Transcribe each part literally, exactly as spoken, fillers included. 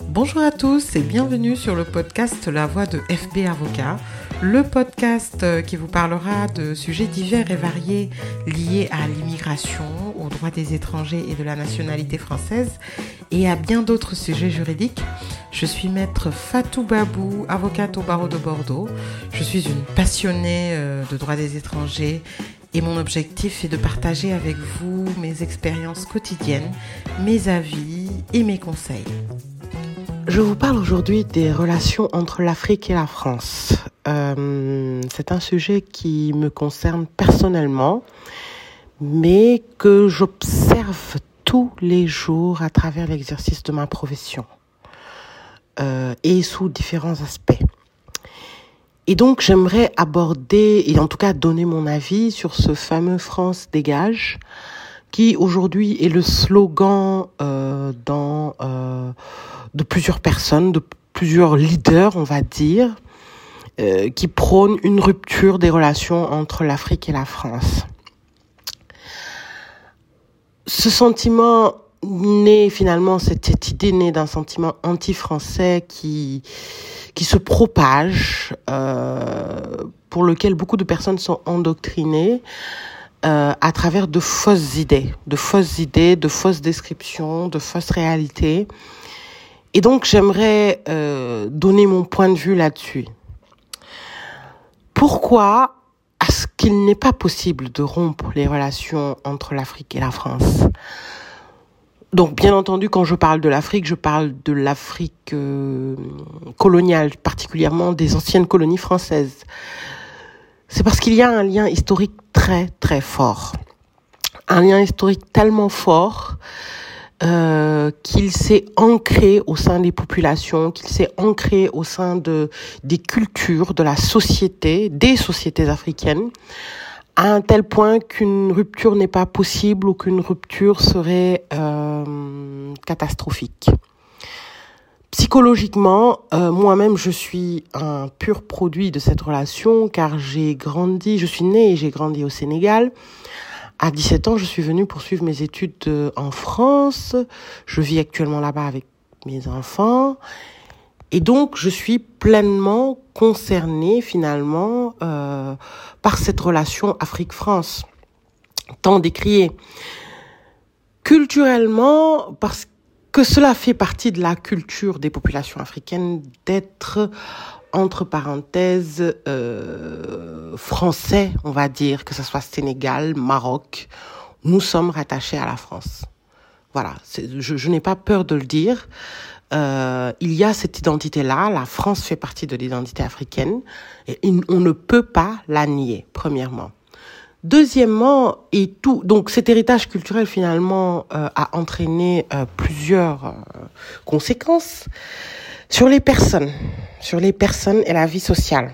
Bonjour à tous et bienvenue sur le podcast La Voix de F B Avocat, le podcast qui vous parlera de sujets divers et variés liés à l'immigration, aux droits des étrangers et de la nationalité française et à bien d'autres sujets juridiques. Je suis maître Fatou Babou, avocate au barreau de Bordeaux. Je suis une passionnée de droits des étrangers et mon objectif est de partager avec vous mes expériences quotidiennes, mes avis et mes conseils. Je vous parle aujourd'hui des relations entre l'Afrique et la France. Euh, c'est un sujet qui me concerne personnellement, mais que j'observe tous les jours à travers l'exercice de ma profession euh, et sous différents aspects. Et donc, j'aimerais aborder, et en tout cas donner mon avis sur ce fameux France dégage, qui aujourd'hui est le slogan euh, dans, euh, de plusieurs personnes, de plusieurs leaders, on va dire, euh, qui prônent une rupture des relations entre l'Afrique et la France. Ce sentiment naît finalement, cette, cette idée naît d'un sentiment anti-français qui, qui se propage, euh, pour lequel beaucoup de personnes sont endoctrinées, Euh, à travers de fausses idées, de fausses idées, de fausses descriptions, de fausses réalités. Et donc, j'aimerais euh, donner mon point de vue là-dessus. Pourquoi est-ce qu'il n'est pas possible de rompre les relations entre l'Afrique et la France ? Donc, bien entendu, quand je parle de l'Afrique, je parle de l'Afrique euh, coloniale, particulièrement des anciennes colonies françaises. C'est parce qu'il y a un lien historique très, très fort. Un lien historique tellement fort euh, qu'il s'est ancré au sein des populations, qu'il s'est ancré au sein de, des cultures, de la société, des sociétés africaines, à un tel point qu'une rupture n'est pas possible ou qu'une rupture serait euh, catastrophique. Psychologiquement, euh, moi-même, je suis un pur produit de cette relation car j'ai grandi, je suis née et j'ai grandi au Sénégal. À dix-sept ans, je suis venue poursuivre mes études en France. Je vis actuellement là-bas avec mes enfants. Et donc, je suis pleinement concernée finalement euh, par cette relation Afrique-France, tant décriée. Culturellement, parce que que cela fait partie de la culture des populations africaines d'être, entre parenthèses, euh, français, on va dire, que ce soit Sénégal, Maroc, nous sommes rattachés à la France. Voilà, c'est, je, je n'ai pas peur de le dire. Euh, il y a cette identité-là, la France fait partie de l'identité africaine, et on ne peut pas la nier, premièrement. Deuxièmement, et tout, donc cet héritage culturel finalement euh, a entraîné euh, plusieurs euh, conséquences sur les personnes, sur les personnes et la vie sociale.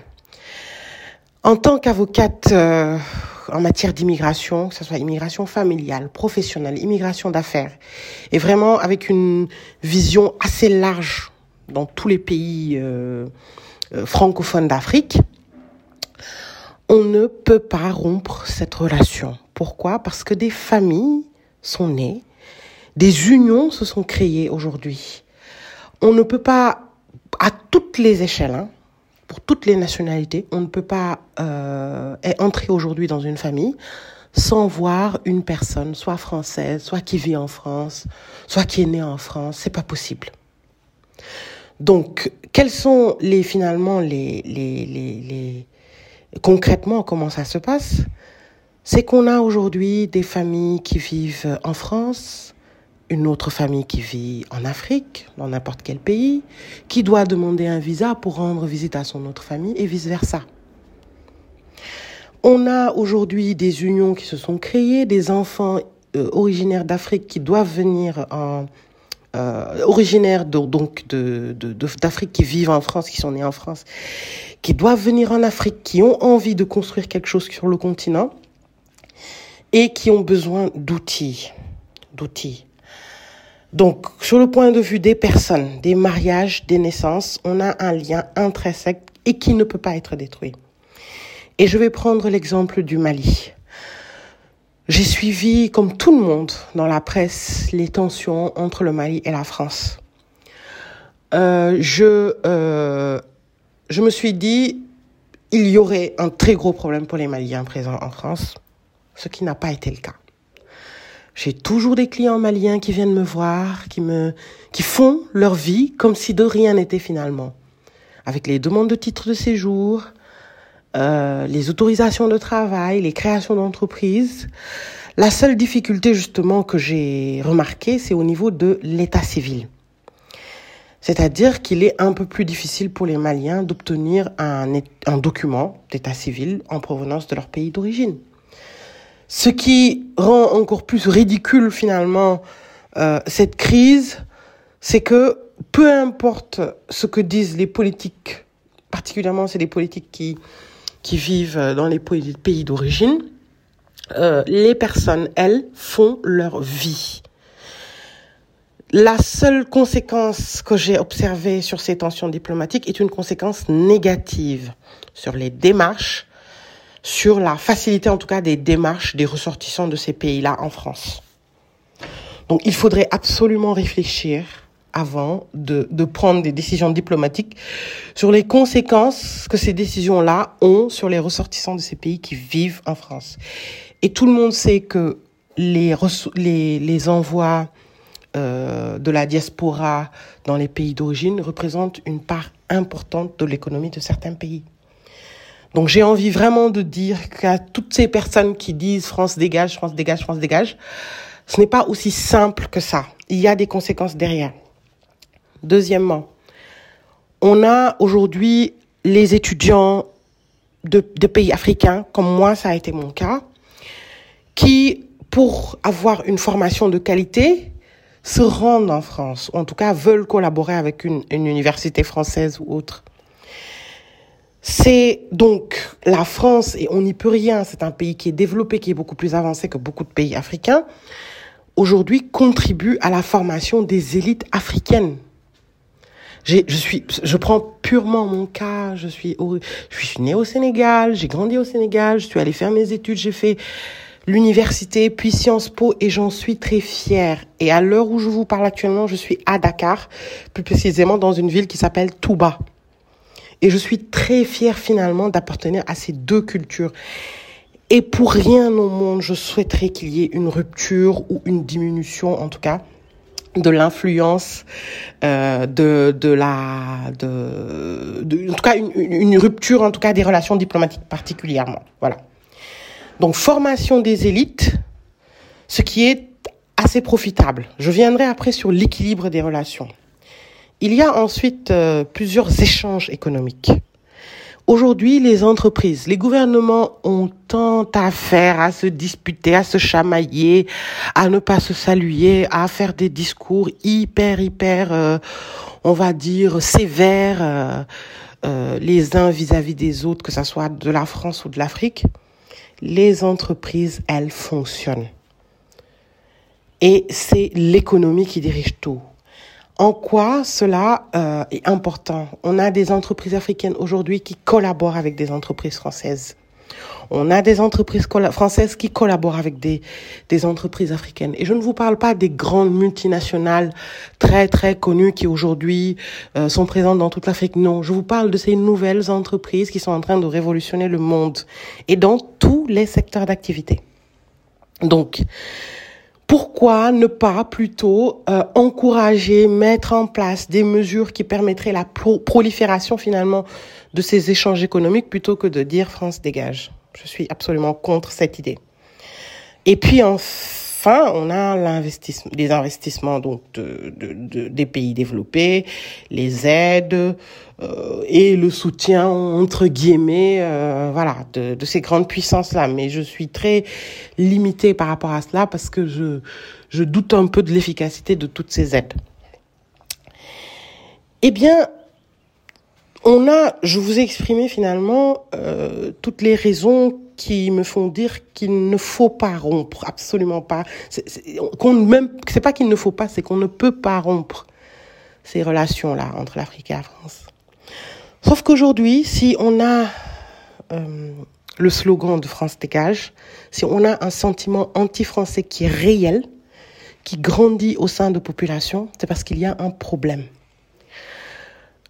En tant qu'avocate euh, en matière d'immigration, que ce soit immigration familiale, professionnelle, immigration d'affaires, et vraiment avec une vision assez large dans tous les pays euh, euh, francophones d'Afrique, on ne peut pas rompre cette relation. Pourquoi ? Parce que des familles sont nées, des unions se sont créées aujourd'hui. On ne peut pas, à toutes les échelles, hein, pour toutes les nationalités, on ne peut pas euh, entrer aujourd'hui dans une famille sans voir une personne, soit française, soit qui vit en France, soit qui est née en France. C'est pas possible. Donc, quels sont les finalement les les les les Concrètement, comment ça se passe ? C'est qu'on a aujourd'hui des familles qui vivent en France, une autre famille qui vit en Afrique, dans n'importe quel pays, qui doit demander un visa pour rendre visite à son autre famille et vice-versa. On a aujourd'hui des unions qui se sont créées, des enfants euh, originaires d'Afrique qui doivent venir en... Euh, originaires de, donc de, de, de, d'Afrique qui vivent en France, qui sont nés en France, qui doivent venir en Afrique, qui ont envie de construire quelque chose sur le continent et qui ont besoin d'outils. d'outils. Donc, sur le point de vue des personnes, des mariages, des naissances, on a un lien intrinsèque et qui ne peut pas être détruit. Et je vais prendre l'exemple du Mali. J'ai suivi, comme tout le monde dans la presse, les tensions entre le Mali et la France. euh, je, euh, je me suis dit, il y aurait un très gros problème pour les Maliens présents en France, ce qui n'a pas été le cas. J'ai toujours des clients maliens qui viennent me voir, qui me, qui font leur vie comme si de rien n'était finalement. Avec les demandes de titres de séjour, euh, les autorisations de travail, les créations d'entreprises. La seule difficulté justement que j'ai remarquée, c'est au niveau de l'état civil. C'est-à-dire qu'il est un peu plus difficile pour les Maliens d'obtenir un, un document d'état civil en provenance de leur pays d'origine. Ce qui rend encore plus ridicule finalement euh, cette crise, c'est que peu importe ce que disent les politiques, particulièrement c'est les politiques qui, qui vivent dans les pays d'origine, euh, les personnes, elles, font leur vie. La seule conséquence que j'ai observée sur ces tensions diplomatiques est une conséquence négative sur les démarches, sur la facilité en tout cas des démarches des ressortissants de ces pays-là en France. Donc il faudrait absolument réfléchir avant de, de prendre des décisions diplomatiques sur les conséquences que ces décisions-là ont sur les ressortissants de ces pays qui vivent en France. Et tout le monde sait que les, les, les envois euh, de la diaspora dans les pays d'origine représentent une part importante de l'économie de certains pays. Donc j'ai envie vraiment de dire qu'à toutes ces personnes qui disent France dégage, France dégage, France dégage, ce n'est pas aussi simple que ça. Il y a des conséquences derrière. Deuxièmement, on a aujourd'hui les étudiants de, de pays africains, comme moi ça a été mon cas, qui, pour avoir une formation de qualité, se rendent en France, ou en tout cas veulent collaborer avec une, une université française ou autre. C'est donc la France, et on n'y peut rien, c'est un pays qui est développé, qui est beaucoup plus avancé que beaucoup de pays africains, aujourd'hui contribue à la formation des élites africaines. J'ai, je suis, je prends purement mon cas, je suis, au, je suis née au Sénégal, j'ai grandi au Sénégal, je suis allée faire mes études, j'ai fait l'université, puis Sciences Po, et j'en suis très fière. Et à l'heure où je vous parle actuellement, je suis à Dakar, plus précisément dans une ville qui s'appelle Touba. Et je suis très fière finalement d'appartenir à ces deux cultures. Et pour rien au monde, je souhaiterais qu'il y ait une rupture ou une diminution, en tout cas, de l'influence euh, de de la de, de en tout cas une, une rupture en tout cas des relations diplomatiques particulièrement. Voilà. Donc formation des élites, ce qui est assez profitable. Je viendrai après sur l'équilibre des relations. Il y a ensuite euh, plusieurs échanges économiques. Aujourd'hui, les entreprises, les gouvernements ont tant à faire, à se disputer, à se chamailler, à ne pas se saluer, à faire des discours hyper, hyper, euh, on va dire, sévères, euh, euh, les uns vis-à-vis des autres, que ça soit de la France ou de l'Afrique. Les entreprises, elles fonctionnent. Et c'est l'économie qui dirige tout. En quoi cela euh, est important? On a des entreprises africaines aujourd'hui qui collaborent avec des entreprises françaises. On a des entreprises colla- françaises qui collaborent avec des, des entreprises africaines. Et je ne vous parle pas des grandes multinationales très, très connues qui aujourd'hui euh, sont présentes dans toute l'Afrique. Non, je vous parle de ces nouvelles entreprises qui sont en train de révolutionner le monde et dans tous les secteurs d'activité. Donc, pourquoi ne pas plutôt euh, encourager, mettre en place des mesures qui permettraient la pro- prolifération finalement de ces échanges économiques plutôt que de dire France dégage. Je suis absolument contre cette idée. Et puis enfin, on a l'investissement, des investissements donc de, de, de des pays développés, les aides euh, et le soutien entre guillemets, euh, voilà, de, de ces grandes puissances là. Mais je suis très limitée par rapport à cela parce que je je doute un peu de l'efficacité de toutes ces aides. Eh bien, on a, je vous ai exprimé finalement euh, toutes les raisons qui me font dire qu'il ne faut pas rompre, absolument pas. C'est, c'est, qu'on même, c'est pas qu'il ne faut pas, c'est qu'on ne peut pas rompre ces relations-là entre l'Afrique et la France. Sauf qu'aujourd'hui, si on a euh, le slogan de France dégage, si on a un sentiment anti-français qui est réel, qui grandit au sein de populations, c'est parce qu'il y a un problème.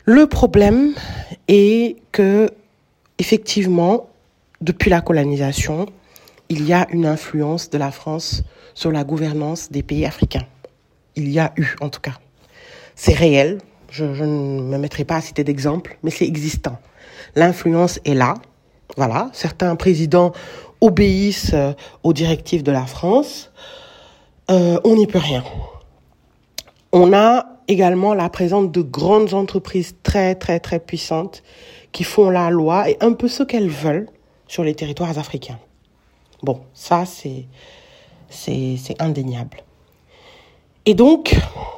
Le problème est que, effectivement, depuis la colonisation, il y a une influence de la France sur la gouvernance des pays africains. Il y a eu, en tout cas. C'est réel, je, je ne me mettrai pas à citer d'exemple, mais c'est existant. L'influence est là, voilà. Certains présidents obéissent euh, aux directives de la France. Euh, on n'y peut rien. On a également la présence de grandes entreprises très, très, très puissantes qui font la loi et un peu ce qu'elles veulent sur les territoires africains. Bon, ça, c'est, c'est, c'est indéniable. Et donc,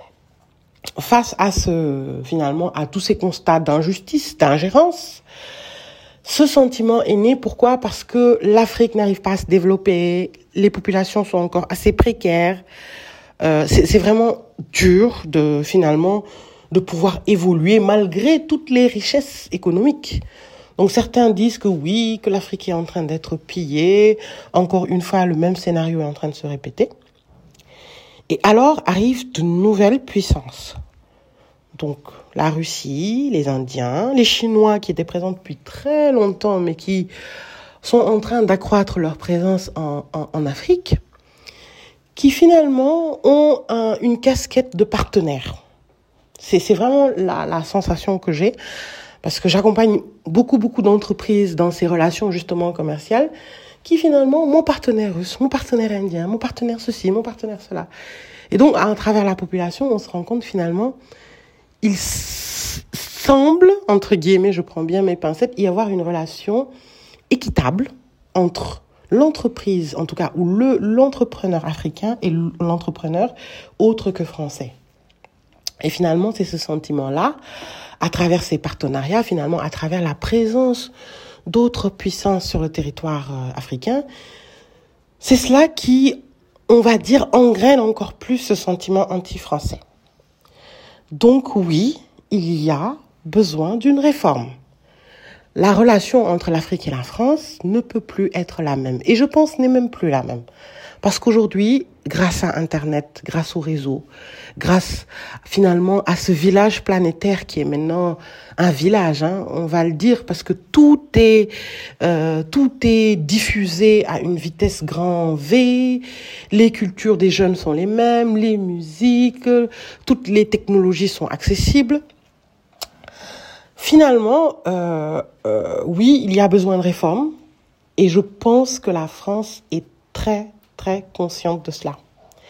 face à ce, finalement, à tous ces constats d'injustice, d'ingérence, ce sentiment est né. Pourquoi ? Parce que l'Afrique n'arrive pas à se développer, les populations sont encore assez précaires. Euh, c'est, c'est vraiment dur de, finalement, de pouvoir évoluer malgré toutes les richesses économiques. Donc certains disent que oui, que l'Afrique est en train d'être pillée. Encore une fois, le même scénario est en train de se répéter. Et alors arrivent de nouvelles puissances. Donc la Russie, les Indiens, les Chinois qui étaient présents depuis très longtemps, mais qui sont en train d'accroître leur présence en, en, en Afrique, qui finalement ont un, une casquette de partenaire. C'est, c'est vraiment la, la sensation que j'ai. Parce que j'accompagne beaucoup, beaucoup d'entreprises dans ces relations justement commerciales qui finalement, mon partenaire russe, mon partenaire indien, mon partenaire ceci, mon partenaire cela. Et donc, à travers la population, on se rend compte finalement, il s- semble, entre guillemets, je prends bien mes pincettes, y avoir une relation équitable entre l'entreprise, en tout cas, ou le, l'entrepreneur africain et l'entrepreneur autre que français. Et finalement, c'est ce sentiment-là, à travers ces partenariats, finalement, à travers la présence d'autres puissances sur le territoire euh, africain, c'est cela qui, on va dire, engraine encore plus ce sentiment anti-français. Donc oui, il y a besoin d'une réforme. La relation entre l'Afrique et la France ne peut plus être la même. Et je pense n'est même plus la même. Parce qu'aujourd'hui, grâce à Internet, grâce au réseau, grâce finalement à ce village planétaire qui est maintenant un village, hein, on va le dire, parce que tout est, euh, tout est diffusé à une vitesse grand V, les cultures des jeunes sont les mêmes, les musiques, toutes les technologies sont accessibles. Finalement, euh, euh, oui, il y a besoin de réformes et je pense que la France est très, très consciente de cela.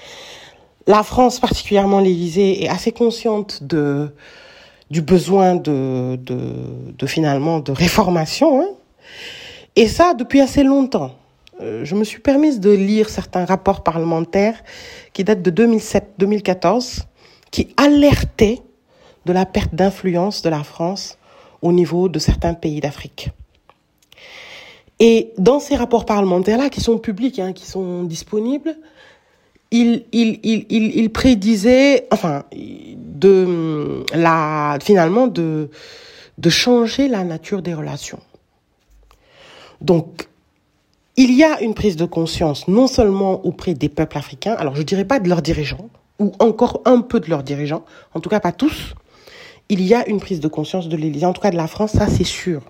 La France, particulièrement l'Élysée, est assez consciente de, du besoin de, de, de finalement de réformation, hein, et ça depuis assez longtemps. Euh, je me suis permise de lire certains rapports parlementaires qui datent de deux mille sept deux mille quatorze, qui alertaient de la perte d'influence de la France au niveau de certains pays d'Afrique. Et dans ces rapports parlementaires-là, qui sont publics, hein, qui sont disponibles, il, il, il, il, il prédisait, enfin, de la, finalement, de, de changer la nature des relations. Donc, il y a une prise de conscience, non seulement auprès des peuples africains, alors je dirais pas de leurs dirigeants, ou encore un peu de leurs dirigeants, en tout cas pas tous. Il y a une prise de conscience de l'Élysée, en tout cas de la France, ça c'est sûr.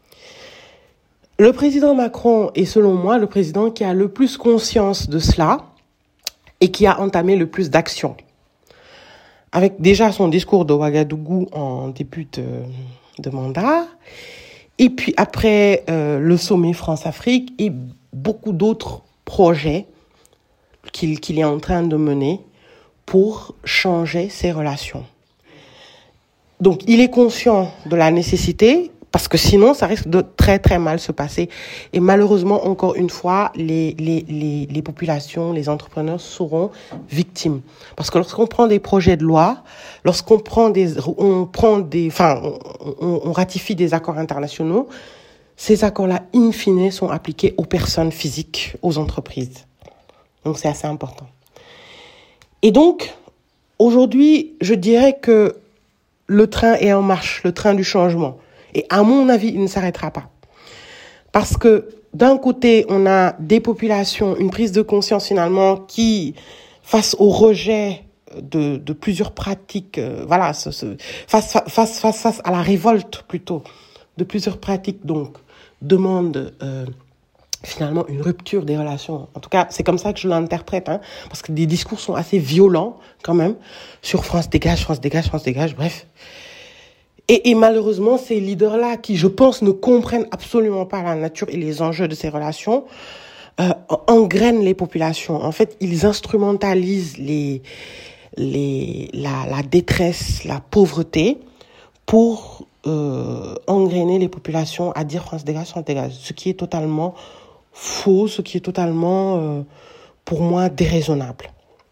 Le président Macron est, selon moi, le président qui a le plus conscience de cela et qui a entamé le plus d'actions. Avec déjà son discours de Ouagadougou en début de, de mandat, et puis après euh, le sommet France-Afrique et beaucoup d'autres projets qu'il, qu'il est en train de mener pour changer ses relations. Donc, il est conscient de la nécessité, parce que sinon, ça risque de très, très mal se passer. Et malheureusement, encore une fois, les, les, les, les populations, les entrepreneurs seront victimes. Parce que lorsqu'on prend des projets de loi, lorsqu'on prend des, on prend des, enfin, on, on ratifie des accords internationaux, ces accords-là, in fine, sont appliqués aux personnes physiques, aux entreprises. Donc, c'est assez important. Et donc, aujourd'hui, je dirais que le train est en marche, le train du changement. Et à mon avis, il ne s'arrêtera pas. Parce que d'un côté, on a des populations, une prise de conscience finalement qui, face au rejet de, de plusieurs pratiques, euh, voilà, ce, ce, face, face, face, face à la révolte plutôt, de plusieurs pratiques, donc, demande euh, finalement une rupture des relations. En tout cas, c'est comme ça que je l'interprète, hein, parce que des discours sont assez violents quand même, sur France dégage, France dégage, France dégage, bref. Et, et malheureusement, ces leaders-là, qui je pense ne comprennent absolument pas la nature et les enjeux de ces relations, euh, engrainent les populations. En fait, ils instrumentalisent les, les, la, la détresse, la pauvreté, pour euh, engrainer les populations à dire France dégage, France dégage. Ce qui est totalement faux, ce qui est totalement, euh, pour moi, déraisonnable.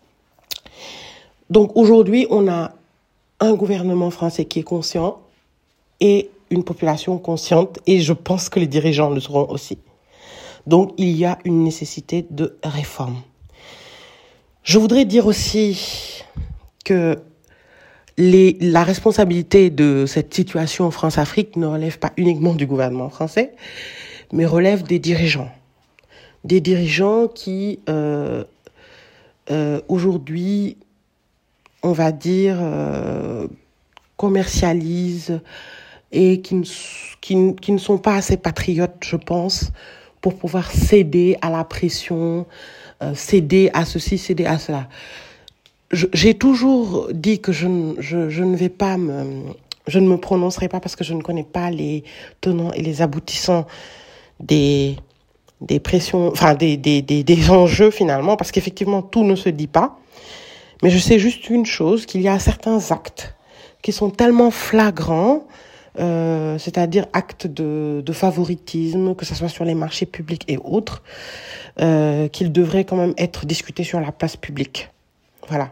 Donc aujourd'hui, on a un gouvernement français qui est conscient et une population consciente, et je pense que les dirigeants le seront aussi. Donc il y a une nécessité de réforme. Je voudrais dire aussi que les, la responsabilité de cette situation France-Afrique ne relève pas uniquement du gouvernement français, mais relève des dirigeants. Des dirigeants qui, euh, euh, aujourd'hui, on va dire, euh, commercialisent et qui ne, qui, qui ne sont pas assez patriotes, je pense, pour pouvoir céder à la pression, euh, céder à ceci, céder à cela. Je, j'ai toujours dit que je, je, je ne vais pas me, je ne me prononcerai pas parce que je ne connais pas les tenants et les aboutissants des, des pressions, enfin des, des, des, des enjeux finalement, parce qu'effectivement tout ne se dit pas. Mais je sais juste une chose, qu'il y a certains actes qui sont tellement flagrants, euh, c'est-à-dire actes de, de favoritisme, que ce soit sur les marchés publics et autres, euh, qu'ils devraient quand même être discutés sur la place publique. Voilà.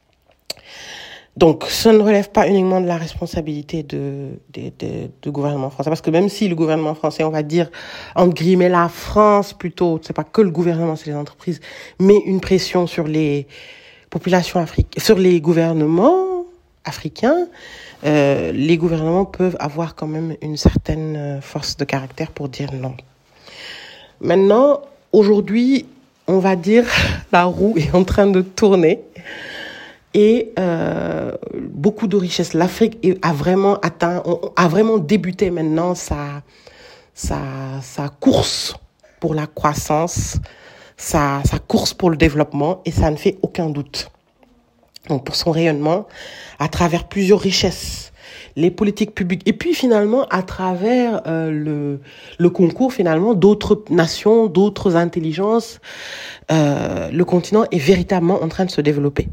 Donc, ça ne relève pas uniquement de la responsabilité de, de, de, de gouvernement français, parce que même si le gouvernement français, on va dire, entre guillemets, la France plutôt, c'est pas que le gouvernement, c'est les entreprises, met une pression sur les populations africaines, sur les gouvernements africains, euh, les gouvernements peuvent avoir quand même une certaine force de caractère pour dire non. Maintenant, aujourd'hui, on va dire, la roue est en train de tourner. Et euh, beaucoup de richesses. L'Afrique a vraiment atteint, a vraiment débuté maintenant sa, sa, sa course pour la croissance, sa, sa course pour le développement, et ça ne fait aucun doute. Donc pour son rayonnement, à travers plusieurs richesses, les politiques publiques, et puis finalement à travers euh, le, le concours finalement d'autres nations, d'autres intelligences, euh, le continent est véritablement en train de se développer.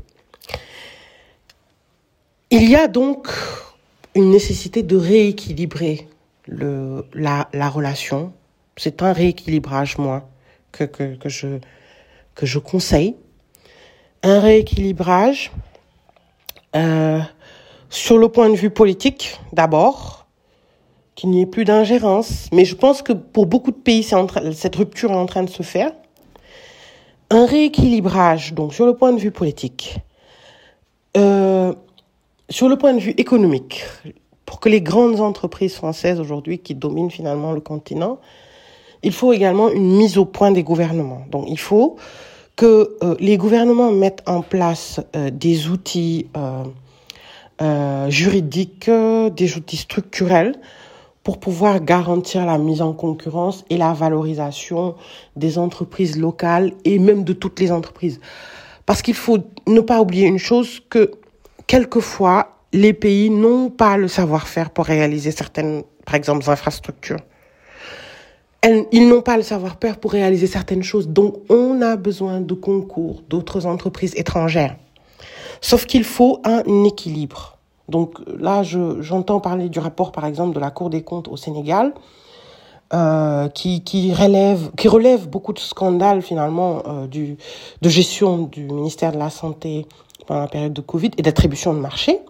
Il y a donc une nécessité de rééquilibrer le, la, la relation. C'est un rééquilibrage, moi, que, que, que, je, que je conseille. Un rééquilibrage euh, sur le point de vue politique, d'abord, qu'il n'y ait plus d'ingérence. Mais je pense que pour beaucoup de pays, c'est en train, cette rupture est en train de se faire. Un rééquilibrage, donc, sur le point de vue politique. Euh... Sur le point de vue économique, pour que les grandes entreprises françaises aujourd'hui qui dominent finalement le continent, il faut également une mise au point des gouvernements. Donc il faut que euh, les gouvernements mettent en place euh, des outils euh, euh, juridiques, euh, des outils structurels pour pouvoir garantir la mise en concurrence et la valorisation des entreprises locales et même de toutes les entreprises. Parce qu'il faut ne pas oublier une chose, que quelquefois, les pays n'ont pas le savoir-faire pour réaliser certaines, par exemple, infrastructures. Elles, ils n'ont pas le savoir-faire pour réaliser certaines choses. Donc, on a besoin de concours d'autres entreprises étrangères. Sauf qu'il faut un équilibre. Donc là, je, j'entends parler du rapport, par exemple, de la Cour des comptes au Sénégal, euh, qui, qui relève, qui relève beaucoup de scandales, finalement, euh, du, de gestion du ministère de la Santé pendant la période de Covid et d'attribution de marché.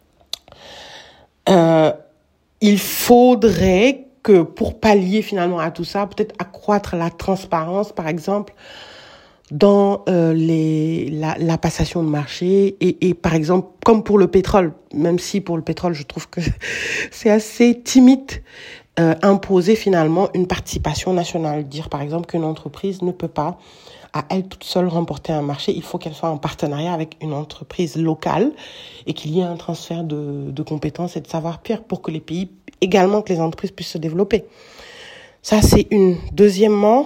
Euh, il faudrait que, pour pallier finalement à tout ça, peut-être accroître la transparence, par exemple, dans euh, les, la, la passation de marché et, et, par exemple, comme pour le pétrole, même si pour le pétrole, je trouve que c'est assez timide, euh, imposer finalement une participation nationale. Dire, par exemple, qu'une entreprise ne peut pas à elle toute seule remporter un marché. Il faut qu'elle soit en partenariat avec une entreprise locale et qu'il y ait un transfert de, de compétences et de savoir-faire pour que les pays, également que les entreprises puissent se développer. Ça, c'est une. Deuxièmement,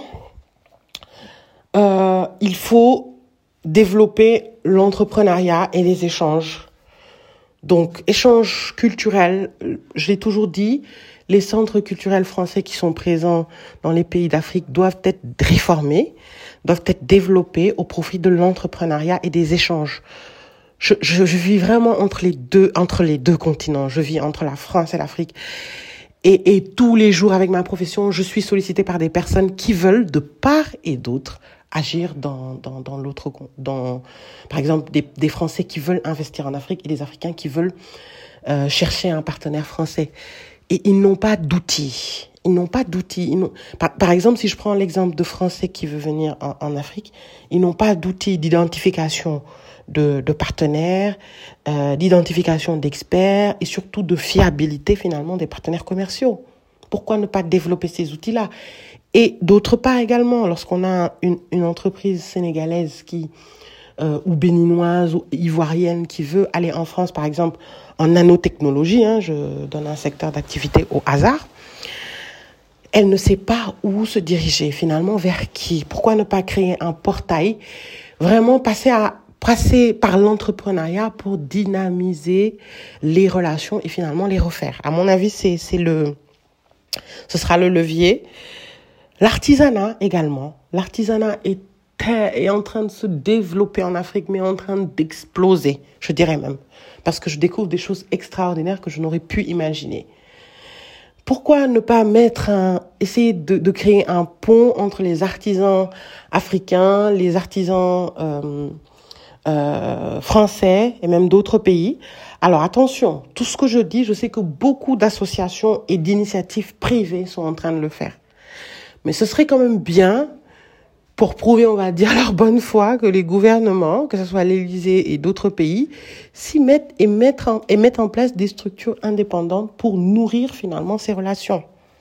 euh, il faut développer l'entrepreneuriat et les échanges. Donc, échanges culturels, je l'ai toujours dit, les centres culturels français qui sont présents dans les pays d'Afrique doivent être réformés, doivent être développés au profit de l'entrepreneuriat et des échanges. Je, je, je vis vraiment entre les deux, entre les deux continents. Je vis entre la France et l'Afrique. Et, et tous les jours, avec ma profession, je suis sollicitée par des personnes qui veulent, de part et d'autre, agir dans, dans, dans l'autre, dans, par exemple, des, des Français qui veulent investir en Afrique et des Africains qui veulent euh, chercher un partenaire français. Et ils n'ont pas d'outils. Ils n'ont pas d'outils. Ils n'ont... Par, par exemple, si je prends l'exemple de Français qui veulent venir en, en Afrique, ils n'ont pas d'outils d'identification de, de partenaires, euh, d'identification d'experts et surtout de fiabilité finalement des partenaires commerciaux. Pourquoi ne pas développer ces outils-là ? Et d'autre part également, lorsqu'on a une, une entreprise sénégalaise qui, euh, ou béninoise ou ivoirienne qui veut aller en France, par exemple, en nanotechnologie, hein, je donne un secteur d'activité au hasard, elle ne sait pas où se diriger, finalement, vers qui. Pourquoi ne pas créer un portail, vraiment passer à passer par l'entrepreneuriat pour dynamiser les relations et finalement les refaire. À mon avis, c'est, c'est le, ce sera le levier. L'artisanat également. L'artisanat est, est en train de se développer en Afrique, mais en train d'exploser, je dirais même. Parce que je découvre des choses extraordinaires que je n'aurais pu imaginer. Pourquoi ne pas mettre un, essayer de, de créer un pont entre les artisans africains, les artisans euh, euh, français et même d'autres pays. Alors attention, tout ce que je dis, je sais que beaucoup d'associations et d'initiatives privées sont en train de le faire. Mais ce serait quand même bien, pour prouver, on va dire, leur bonne foi, que les gouvernements, que ce soit l'Élysée et d'autres pays, s'y mettent et mettent en, et mettent en place des structures indépendantes pour nourrir finalement ces relations.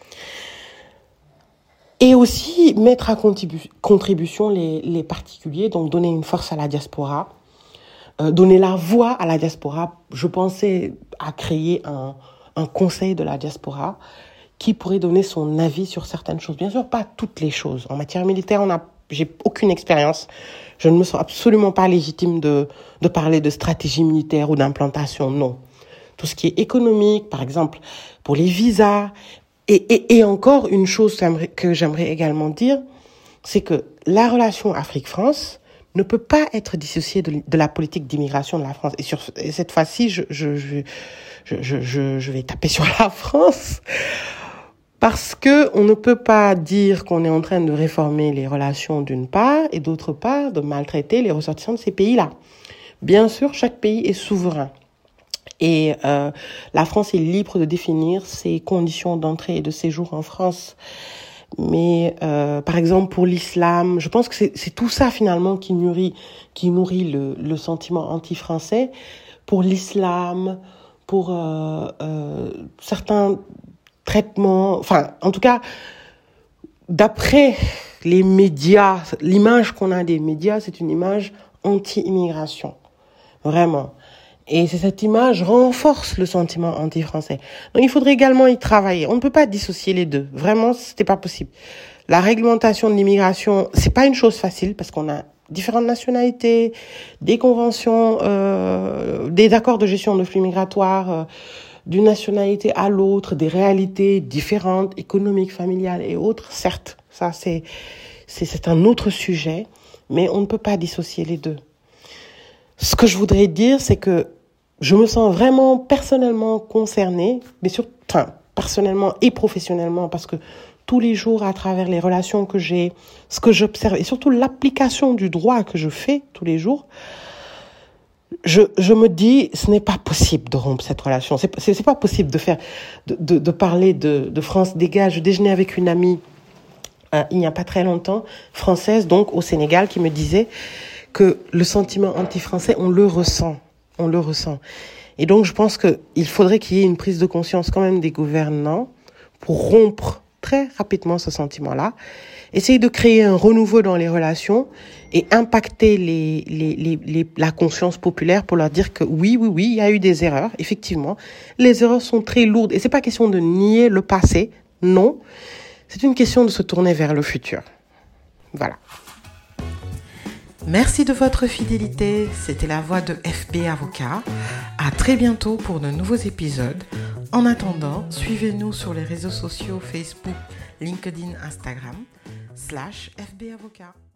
Et aussi mettre à contribu- contribution les, les particuliers, donc donner une force à la diaspora, euh, donner la voix à la diaspora. Je pensais à créer un, un conseil de la diaspora qui pourrait donner son avis sur certaines choses. Bien sûr, pas toutes les choses. En matière militaire, on a, j'ai aucune expérience. Je ne me sens absolument pas légitime de, de parler de stratégie militaire ou d'implantation, non. Tout ce qui est économique, par exemple, pour les visas. Et, et, et encore une chose que j'aimerais également dire, c'est que la relation Afrique-France ne peut pas être dissociée de, de la politique d'immigration de la France. Et sur et cette fois-ci, je, je, je, je, je, je vais taper sur la France. Parce que on ne peut pas dire qu'on est en train de réformer les relations d'une part et d'autre part de maltraiter les ressortissants de ces pays-là. Bien sûr, chaque pays est souverain. Et euh, la France est libre de définir ses conditions d'entrée et de séjour en France. Mais euh, par exemple pour l'islam, je pense que c'est, c'est tout ça finalement qui nourrit, qui nourrit le, le sentiment anti-français. Pour l'islam, pour euh, euh, certains traitements, enfin en tout cas, d'après les médias, l'image qu'on a des médias, c'est une image anti-immigration, vraiment. Et c'est cette image renforce le sentiment anti-français. Donc il faudrait également y travailler. On ne peut pas dissocier les deux. Vraiment, c'était pas possible. La réglementation de l'immigration, c'est pas une chose facile parce qu'on a différentes nationalités, des conventions, euh, des accords de gestion de flux migratoires, euh, d'une nationalité à l'autre, des réalités différentes, économiques, familiales et autres. Certes, ça c'est, c'est, c'est un autre sujet, mais on ne peut pas dissocier les deux. Ce que je voudrais dire, c'est que je me sens vraiment personnellement concernée, mais surtout, enfin, personnellement et professionnellement, parce que tous les jours, à travers les relations que j'ai, ce que j'observe, et surtout l'application du droit que je fais tous les jours, je, je me dis, ce n'est pas possible de rompre cette relation. C'est, c'est, c'est pas possible de faire, de, de, de parler de, de France dégage. Je déjeunais avec une amie, euh, il n'y a pas très longtemps, française, donc au Sénégal, qui me disait que le sentiment anti-français, on le ressent, on le ressent. Et donc, je pense qu'il faudrait qu'il y ait une prise de conscience quand même des gouvernants pour rompre très rapidement ce sentiment-là. Essayer de créer un renouveau dans les relations et impacter les, les, les, les, la conscience populaire pour leur dire que oui, oui, oui, il y a eu des erreurs. Effectivement, les erreurs sont très lourdes. Et c'est pas question de nier le passé. Non. C'est une question de se tourner vers le futur. Voilà. Merci de votre fidélité. C'était la voix de F B Avocat. À très bientôt pour de nouveaux épisodes. En attendant, suivez-nous sur les réseaux sociaux Facebook, LinkedIn, Instagram, slash F B Avocat.